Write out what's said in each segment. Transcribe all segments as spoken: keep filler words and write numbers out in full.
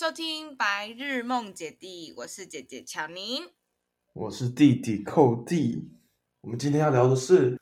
收听白日梦姐弟，我是姐姐巧宁， 我是弟弟寇弟。我们今天要聊的是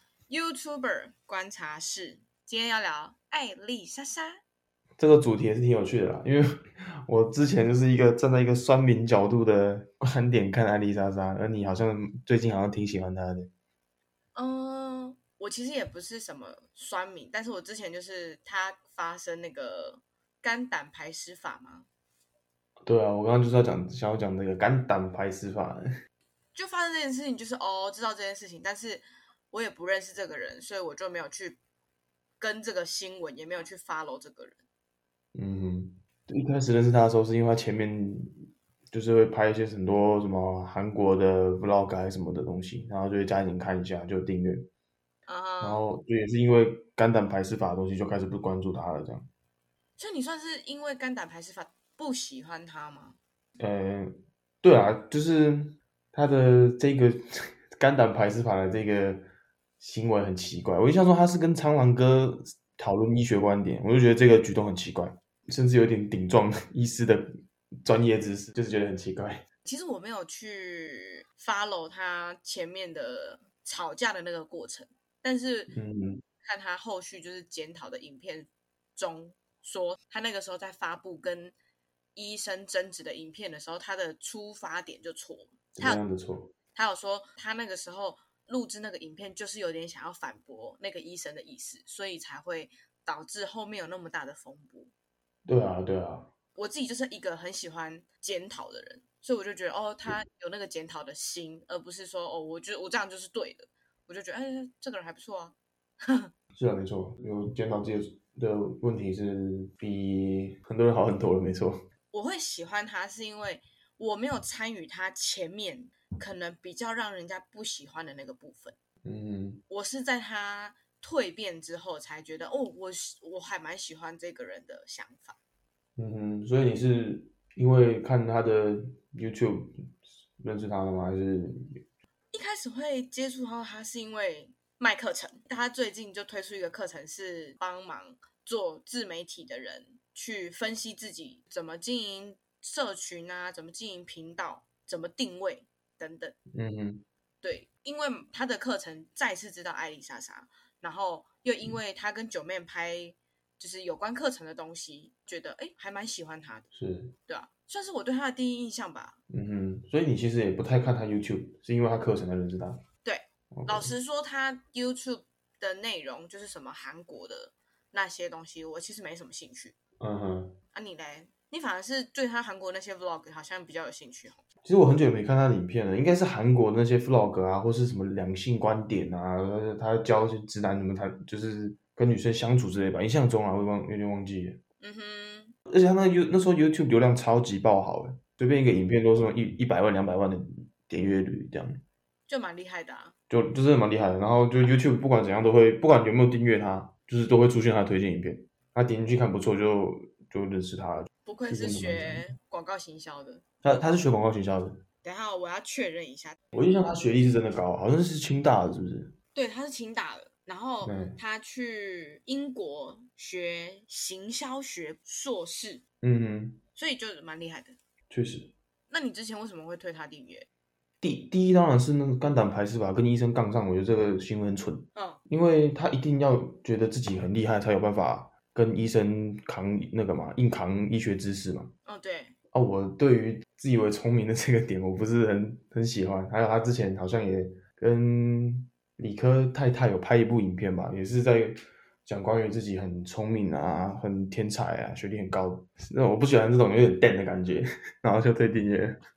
YouTuber 观察室。今天要聊艾丽莎莎。 这个主题也是挺有趣的啦，因为我之前就是一个站在一个酸民角度的观点看艾丽莎莎，而你好像最近好像挺喜欢她的。 嗯，我其实也不是什么酸民，但是我之前就是她发生那个肝胆排湿法嘛， 对啊，我刚刚就是要讲，想要讲那个肝胆排湿法。 就发生这件事情，就是哦知道这件事情，但是我也不认识这个人，所以我就没有去跟这个新闻，也没有去 follow 这个人。 嗯，一开始认识他的时候，是因为他前面就是会拍一些很多什么韩国的 vlog 还是什么的东西，然后就会加紧看一下，就订阅， 嗯然哼， 后就也是因为肝胆排湿法的东西，就开始不关注他了，这样。 所以你算是因为肝胆排湿法不喜欢他吗？ 呃，对啊，就是他的这个肝胆排湿法的这个行为很奇怪。我印象中他是跟苍狼哥讨论医学观点，我就觉得这个举动很奇怪，甚至有点顶撞医师的专业知识，就是觉得很奇怪。 其实我没有去 follow 他前面的吵架的那个过程，但是嗯， 看他后续就是检讨的影片中说，他那个时候在发布跟医生争执的影片的时候，他的出发点就错了。 怎么样的错？ 他有说他那个时候录制那个影片，就是有点想要反驳那个医生的意思，所以才会导致后面有那么大的风波。 对啊，对啊， 我自己就是一个很喜欢检讨的人，所以我就觉得哦，他有那个检讨的心，而不是说哦，我觉得我这样就是对的，我就觉得哎，这个人还不错啊。 是啊，没错，有检讨自己的问题是比很多人好很多了，没错。 我会喜欢他是因为我没有参与他前面可能比较让人家不喜欢的那个部分， 嗯， 我是在他蜕变之后才觉得哦，我我还蛮喜欢这个人的想法。 嗯哼，所以你是因为看他的 YouTube 认识他的吗？还是一开始会接触到他是因为卖课程，他最近就推出一个课程，是帮忙做自媒体的人去分析自己怎么经营社群啊，怎么经营频道，怎么定位等等。 嗯哼， 对，因为他的课程再次知道艾丽莎莎，然后又因为他跟九妹拍就是有关课程的东西，觉得哎还蛮喜欢他的， 是， 对啊，算是我对他的第一印象吧。 嗯哼，所以你其实也不太看他 YouTube，是因为他课程才认识他。 对，老 OK， 实说，他 YouTube 的内容就是什么韩国的那些东西，我其实没什么兴趣。 嗯哼， 啊，你嘞？你反而是对他韩国那些 Vlog 好像比较有兴趣哦。 其实我很久没看他的影片了，应该是韩国那些 vlog 啊，或是什么两性观点啊，他教一些直男怎么谈，就是跟女生相处之类吧。印象中啊，我忘有点忘记了。 嗯哼， 而且他那 You 那时候 YouTube 流量超级爆好的，随便一个影片都是一一百万、两百万的点阅率这样。 就蛮厉害的啊。 就就是蛮厉害的。然后就 YouTube 不管怎样都会，不管有没有订阅他，就是都会出现他的推荐影片。他点进去看不错就就认识他了， 不愧是是真的蛮强的。 学广告行销的。 他他是学广告学校的， 等一下我要确认一下， 我印象他学历是真的高，好像是清大的，是不是？ 对，他是清大的，然后对， 他去英国学行销学硕士， 嗯哼， 所以就蛮厉害的。 确实。 那你之前为什么会推他订阅？ 第第一当然是那个肝胆排湿法跟医生杠上，我觉得这个新闻很蠢， 嗯， 因为他一定要觉得自己很厉害，才有办法跟医生扛那个嘛，硬扛医学知识嘛。 哦对， 啊，我对于自以为聪明的这个点，我不是很很喜欢。还有他之前好像也跟理科太太有拍一部影片吧，也是在讲关于自己很聪明啊、很天才啊、学历很高的。那我不喜欢这种有点淡的感觉，然后就退订阅了。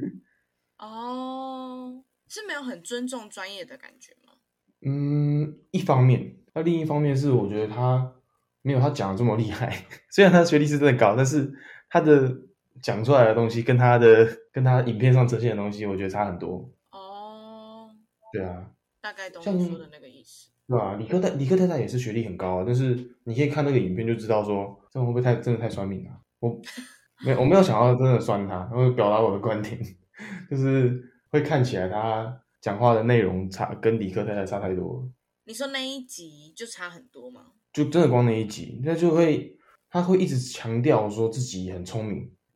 哦，是没有很尊重专业的感觉吗？ 嗯，一方面，那另一方面是我觉得他没有他讲的这么厉害。虽然他学历是真的高，但是他的讲出来的东西跟他的跟他影片上呈现的东西，我觉得差很多。 哦， 对啊， 大概懂像你说的那个意思。 对吧？理科太理科太太也是学历很高啊，但是你可以看那个影片就知道说，这会不会太真的太酸民了？我没有我没有想要真的酸他，我会表达我的观点，就是会看起来他讲话的内容差跟理科太太差太多了。 你说那一集就差很多吗？ 就真的光那一集，那就会他会一直强调说自己很聪明，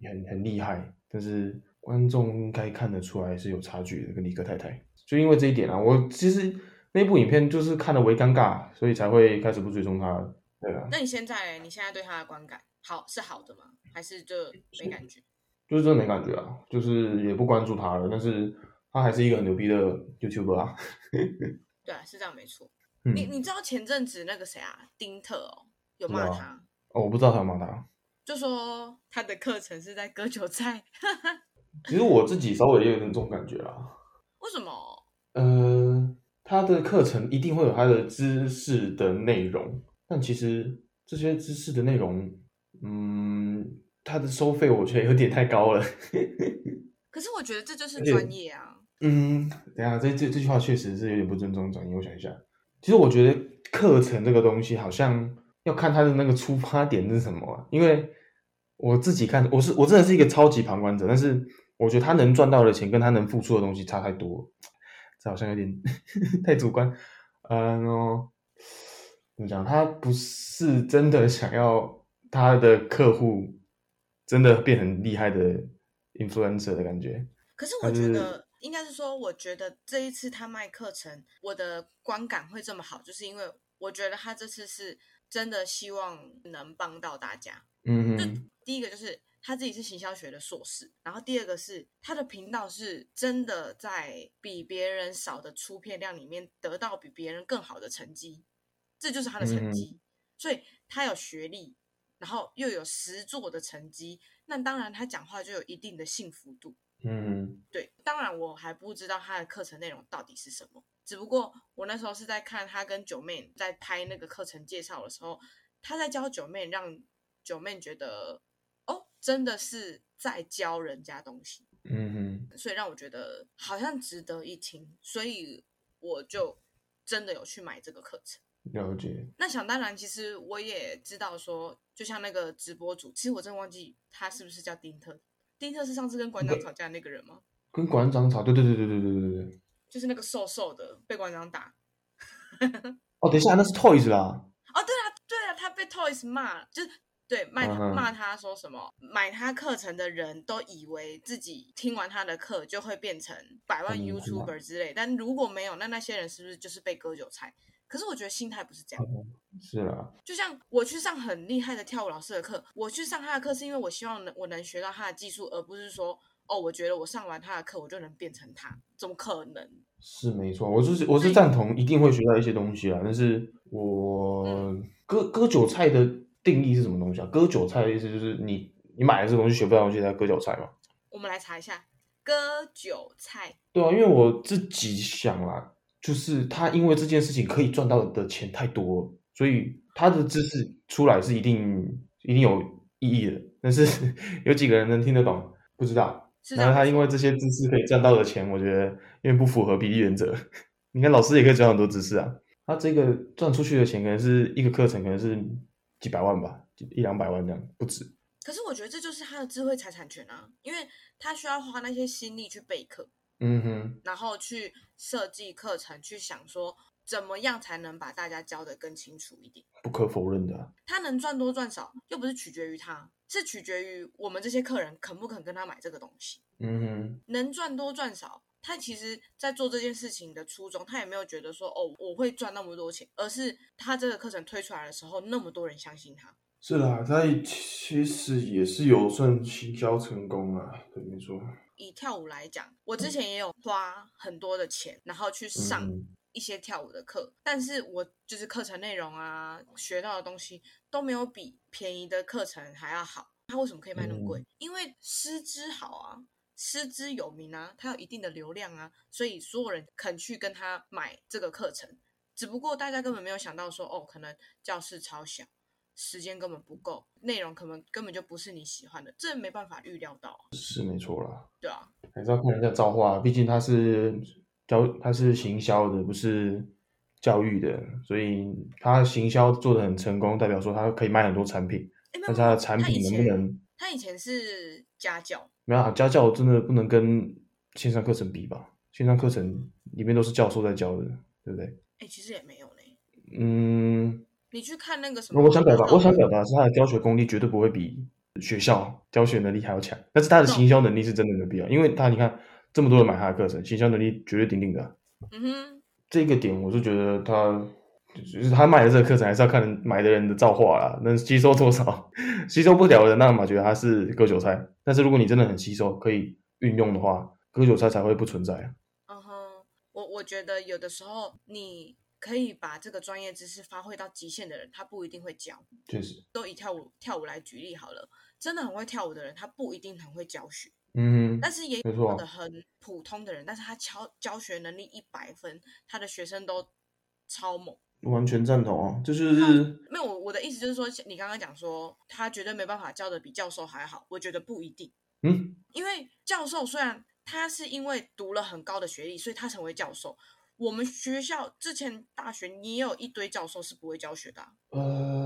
很很厉害，但是观众应该看得出来是有差距的，跟理科太太。就因为这一点啊，我其实那部影片就是看了为尴尬，所以才会开始不追踪他了。对啊， 那你现在你现在对他的观感好是好的吗？还是就没感觉？ 就是真的没感觉啊，就是也不关注他了，但是他还是一个很牛逼的 YouTuber 啊。 对啊，是这样没错。你嗯， 你知道前阵子那个谁啊，丁特哦，有知道啊。 骂他， 哦，我不知道他有骂他。 就说他的课程是在割韭菜。 其实我自己稍微也有点这种感觉啦。 为什么？ 呃，他的课程一定会有他的知识的内容，但其实这些知识的内容，嗯，他的收费我觉得有点太高了。 可是我觉得这就是而且， 专业啊。 嗯，等一下这这这句话确实是有点不尊重专业。我想一下，其实我觉得课程这个东西好像要看他的那个出发点是什么啊，因为我自己看，我是我真的是一个超级旁观者，但是我觉得他能赚到的钱跟他能付出的东西差太多了，这好像有点太主观。嗯、呃，怎么讲？他不是真的想要他的客户真的变很厉害的 influencer 的感觉， 可是我他是觉得应该是说，我觉得这一次他卖课程，我的观感会这么好，就是因为我觉得他这次是真的希望能帮到大家。就嗯哼第一个就是他自己是行销学的硕士，然后第二个是他的频道是真的在比别人少的出片量里面得到比别人更好的成绩，这就是他的嗯哼成绩。所以他有学历，然后又有实作的成绩，那当然他讲话就有一定的信服度。 嗯哼对，当然我还不知道他的课程内容到底是什么，只不过我那时候是在看他跟九妹在拍那个课程介绍的时候，他在教九妹，让九妹觉得哦，真的是在教人家东西， 嗯哼， 所以让我觉得好像值得一听，所以我就真的有去买这个课程。 了解。 那想当然，其实我也知道说，就像那个直播主，其实我真的忘记他是不是叫丁特。丁特是上次跟馆长吵架的那个人吗？ 跟馆长吵，对对对对对对对对对。 就是那个瘦瘦的被馆长打。 哦，等一下，那是 Toys 啦。 哦，对啊，对啊，他被 Toys 骂，就是对骂嗯哼， 他骂他说什么，买他课程的人都以为自己听完他的课就会变成百万很很忙。 YouTuber 之类，但如果没有，那那些人是不是就是被割韭菜？可是我觉得心态不是这样。 嗯是啦。 就像我去上很厉害的跳舞老师的课，我去上他的课是因为我希望能我能学到他的技术，而不是说哦，我觉得我上完他的课我就能变成他，怎么可能？ 是没错，我就是我所以， 是赞同一定会学到一些东西啦，但是我嗯， 割割韭菜的定义是什么东西啊？割韭菜的意思就是你你买了这东西学不到东西才割韭菜嘛？ 我们来查一下割韭菜。 对啊，因为我自己想啦，就是他因为这件事情可以赚到的钱太多了，所以他的知识出来是一定一定有意义的。但是有几个人能听得懂，不知道。 是这然后他因为样没错。 这些知识可以赚到的钱，我觉得因为不符合比例原则。你看老师也可以赚很多知识啊，他这个赚出去的钱可能是一个课程，可能是几百万吧，一两百万这样，不止。 可是我觉得这就是他的智慧财产权啊，因为他需要花那些心力去备课， 嗯哼， 然后去设计课程，去想说怎么样才能把大家教得更清楚一点。 不可否认的啊。 他能赚多赚少，又不是取决于他，是取决于我们这些客人肯不肯跟他买这个东西。 嗯哼， 能赚多赚少，他其实在做这件事情的初衷，他也没有觉得说哦我会赚那么多钱，而是他这个课程推出来的时候，那么多人相信他。 是啦，他其实也是有算行销成功啊，对，没错。 以跳舞来讲，我之前也有花很多的钱，然后去上嗯一些跳舞的课，但是我就是课程内容啊，学到的东西都没有比便宜的课程还要好。它为什么可以卖那么贵？ 嗯， 因为师资好啊，师资有名啊，它有一定的流量啊，所以所有人肯去跟他买这个课程。只不过大家根本没有想到说，哦，可能教室超小，时间根本不够，内容可能根本就不是你喜欢的，这没办法预料到啊。 是没错啦， 对啊， 还是要看人家造化，毕竟他是教他是行销的，不是教育的，所以他行销做的很成功，代表说他可以卖很多产品， 诶，没有但是没有， 他的产他以品能不前能他以前是家教。 没有啊？家教真的不能跟线上课程比吧？线上课程里面都是教授在教的，对不对？ 哎，其实也没有呢。 嗯， 你去看那个什我么想表达，我想德州， 表达的是他的教学功力绝对不会比学校教学能力还要强，但是他的行销能力是真的没必要，因为他你看这么多人买他的课程，行销能力绝对顶顶的、啊。 嗯哼， 这个点我是觉得他就是他卖的这个课程还是要看买的人的造化啦，能吸收多少，吸收不了的那嘛觉得他是割韭菜，但是如果你真的很吸收可以运用的话，割韭菜才会不存在啊。 嗯哼，我我觉得有的时候你可以把这个专业知识发挥到极限的人，他不一定会教。 确实， 都以跳舞跳舞来举例好了，真的很会跳舞的人，他不一定很会教学。 嗯， 但是也没错、啊， 有的很普通的人，但是他教教学能力一百分，他的学生都超猛。 完全赞同啊，这就是没有，我的意思就是说，你刚刚讲说他绝对没办法教的比教授还好，我觉得不一定。 嗯， 因为教授虽然他是因为读了很高的学历，所以他成为教授。我们学校之前大学也有一堆教授是不会教学的、啊。 呃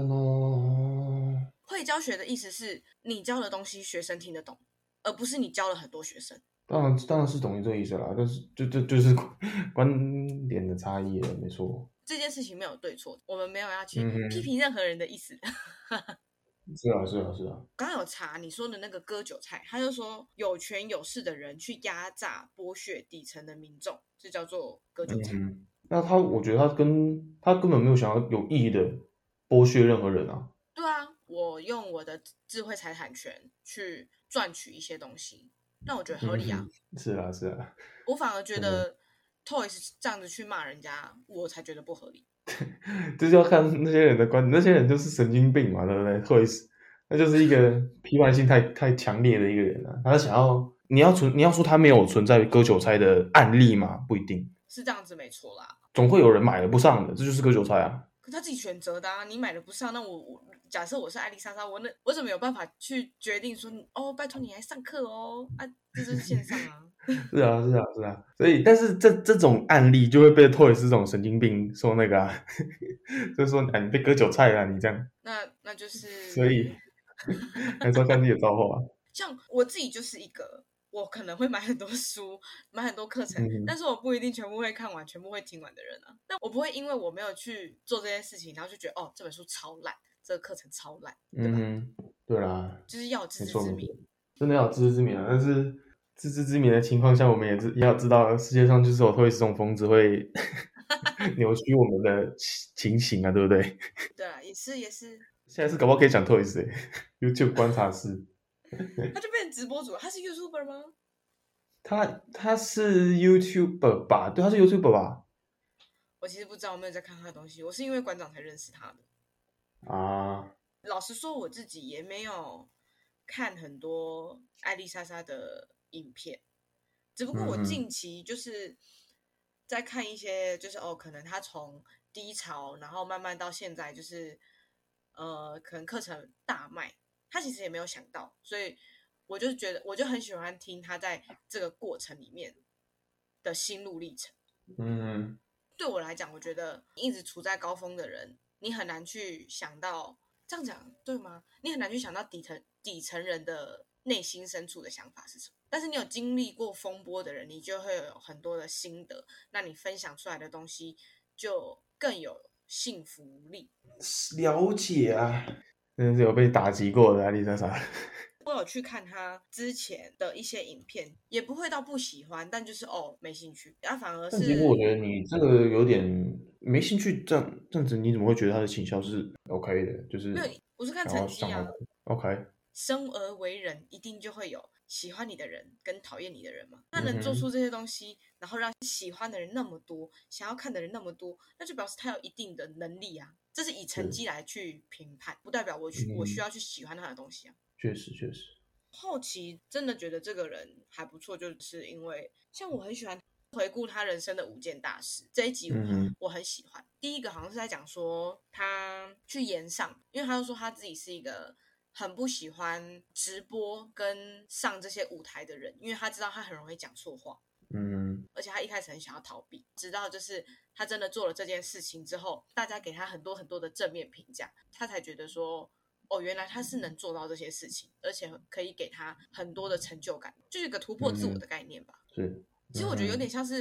，no， 会教学的意思是你教的东西学生听得懂，而不是你教了很多学生。 当然当然是懂你这个意思啦，但是就就就是观点的差异了，没错。 这件事情没有对错，我们没有要去批嗯哼， 评任何人的意思。 是啊是啊是啊， 刚刚有查你说的那个割韭菜，他就说有权有势的人去压榨剥削底层的民众，这叫做割韭菜。 嗯哼，那他我觉得他跟他根本没有想要有意义的剥削任何人啊。 对啊，我用我的智慧财产权去赚取一些东西，那我觉得合理啊。 嗯哼，是啊是啊， 我反而觉真的， 得 Toys 这样子去骂人家，我才觉得不合理。 这就要看那些人的观点，那些人就是神经病嘛，对不对？会死，那就是一个批判性太太强烈的一个人啊。他想要你要存你要说他没有存在割韭菜的案例吗？不一定， 是这样子没错啦。 总会有人买了不上的，这就是割韭菜啊。 可他自己选择的啊，你买了不上，那我我假设我是艾丽莎莎，我那我怎么有办法去决定说哦，拜托你来上课哦啊，这就是线上啊。 是啊，是啊，是啊，所以，但是这这种案例就会被托尔斯这种神经病说那个啊，就是说，啊，你被割韭菜了、啊，你这样， 那那就是所以还是要看自己的造化。 像我自己就是一个，我可能会买很多书，买很多课程，但嗯是我不一定全部会看完，全部会听完的人啊。但我不会因为我没有去做这件事情，然后就觉得哦，这本书超烂，这个课程超烂，对吧？ 嗯哼，对啦， 就是要有自没知之明。 错没错，真的要有自知之明啊。但是自知之明的情况下，我们也知也要知道，世界上就是有托尔斯这种疯子会扭曲我们的情形啊，对不对？ 对啊，也是也是， 现在是搞不好可以讲托尔斯欸，YouTube 观察室。 他就变成直播主了，他是 YouTuber 吗？ 他他是 YouTuber 吧？对，他是 YouTuber 吧？ 我其实不知道，我没有在看他的东西，我是因为馆长才认识他的。 啊， 老实说，我自己也没有看很多艾丽莎莎的影片，只不过我嗯近期就是在看一些，就是哦，可能他从低潮，然后慢慢到现在，就是呃，可能课程大卖，他其实也没有想到，所以我就觉得，我就很喜欢听他在这个过程里面的心路历程。 嗯， 对我来讲，我觉得一直处在高峰的人，你很难去想到，这样讲对吗？你很难去想到底层底层人的内心深处的想法是什么。但是你有经历过风波的人，你就会有很多的心得，那你分享出来的东西就更有幸福力。 了解啊，真的是有被打击过的艾丽莎莎。 我有去看他之前的一些影片，也不会到不喜欢，但就是哦没兴趣，他、啊、反而但其实我是觉得你这个有点没兴趣，这样这样子你怎么会觉得他的倾销是 OK 的？就是没有，我是看想要成绩啊。 上来 OK， 生而为人，一定就会有喜欢你的人跟讨厌你的人嘛。那嗯哼， 能做出这些东西，然后让喜欢的人那么多，想要看的人那么多，那就表示他有一定的能力啊。这是以成绩来去评判，不代表我去、 嗯我需要去喜欢他的东西啊。 确实确实， 后期真的觉得这个人还不错，就是因为像我很喜欢回顾他人生的五件大事这一集我， 嗯哼， 我很喜欢。第一个好像是在讲说他去演上，因为他就说他自己是一个很不喜欢直播跟上这些舞台的人，因为他知道他很容易讲错话， 嗯而且他一开始很想要逃避，直到就是他真的做了这件事情之后，大家给他很多很多的正面评价，他才觉得说哦，原来他是能做到这些事情，而且可以给他很多的成就感，就是一个突破自我嗯哼， 的概念吧。 是， 其实我觉得有点嗯哼， 像是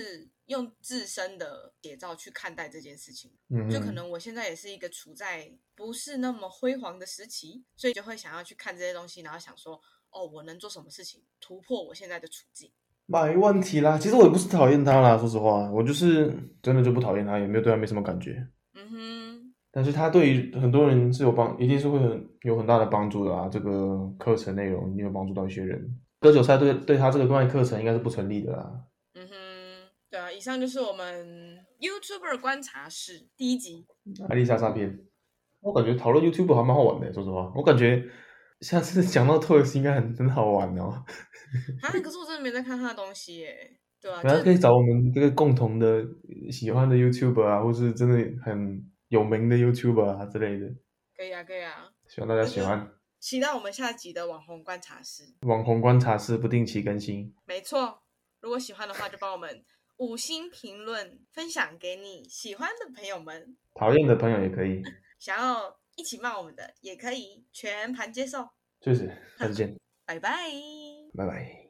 用自身的写照去看待这件事情。 嗯， 就可能我现在也是一个处在不是那么辉煌的时期，所以就会想要去看这些东西，然后想说，哦，我能做什么事情突破我现在的处境。 没问题啦。其实我也不是讨厌他啦，说实话，我就是真的就不讨厌他，也没有对他没什么感觉。 嗯哼， 但是他对于很多人是有帮，一定是会很有很大的帮助的啊。这个课程内容一定有帮助到一些人。割韭菜对对他这个关于课程应该是不成立的啦。 嗯哼，对啊，以上就是我们 YouTuber 观察室第一集。 艾丽莎莎篇，我感觉讨论 YouTube 还蛮好玩的，说实话，我感觉下次讲到 Toys 应该很很好玩哦。 啊，可是我真的没在看他的东西耶。对啊，就大家可以找我们这个共同的喜欢的 YouTuber 啊，或是真的很有名的 YouTuber 啊之类的， 可以啊，可以啊。 希望大家喜欢。 期待我们下集的网红观察室。 网红观察室不定期更新， 没错，如果喜欢的话，就帮我们五星评论，分享给你喜欢的朋友们。 讨厌的朋友也可以。 想要一起骂我们的也可以，全盘接受。 就是，下次见， 拜拜。 拜拜。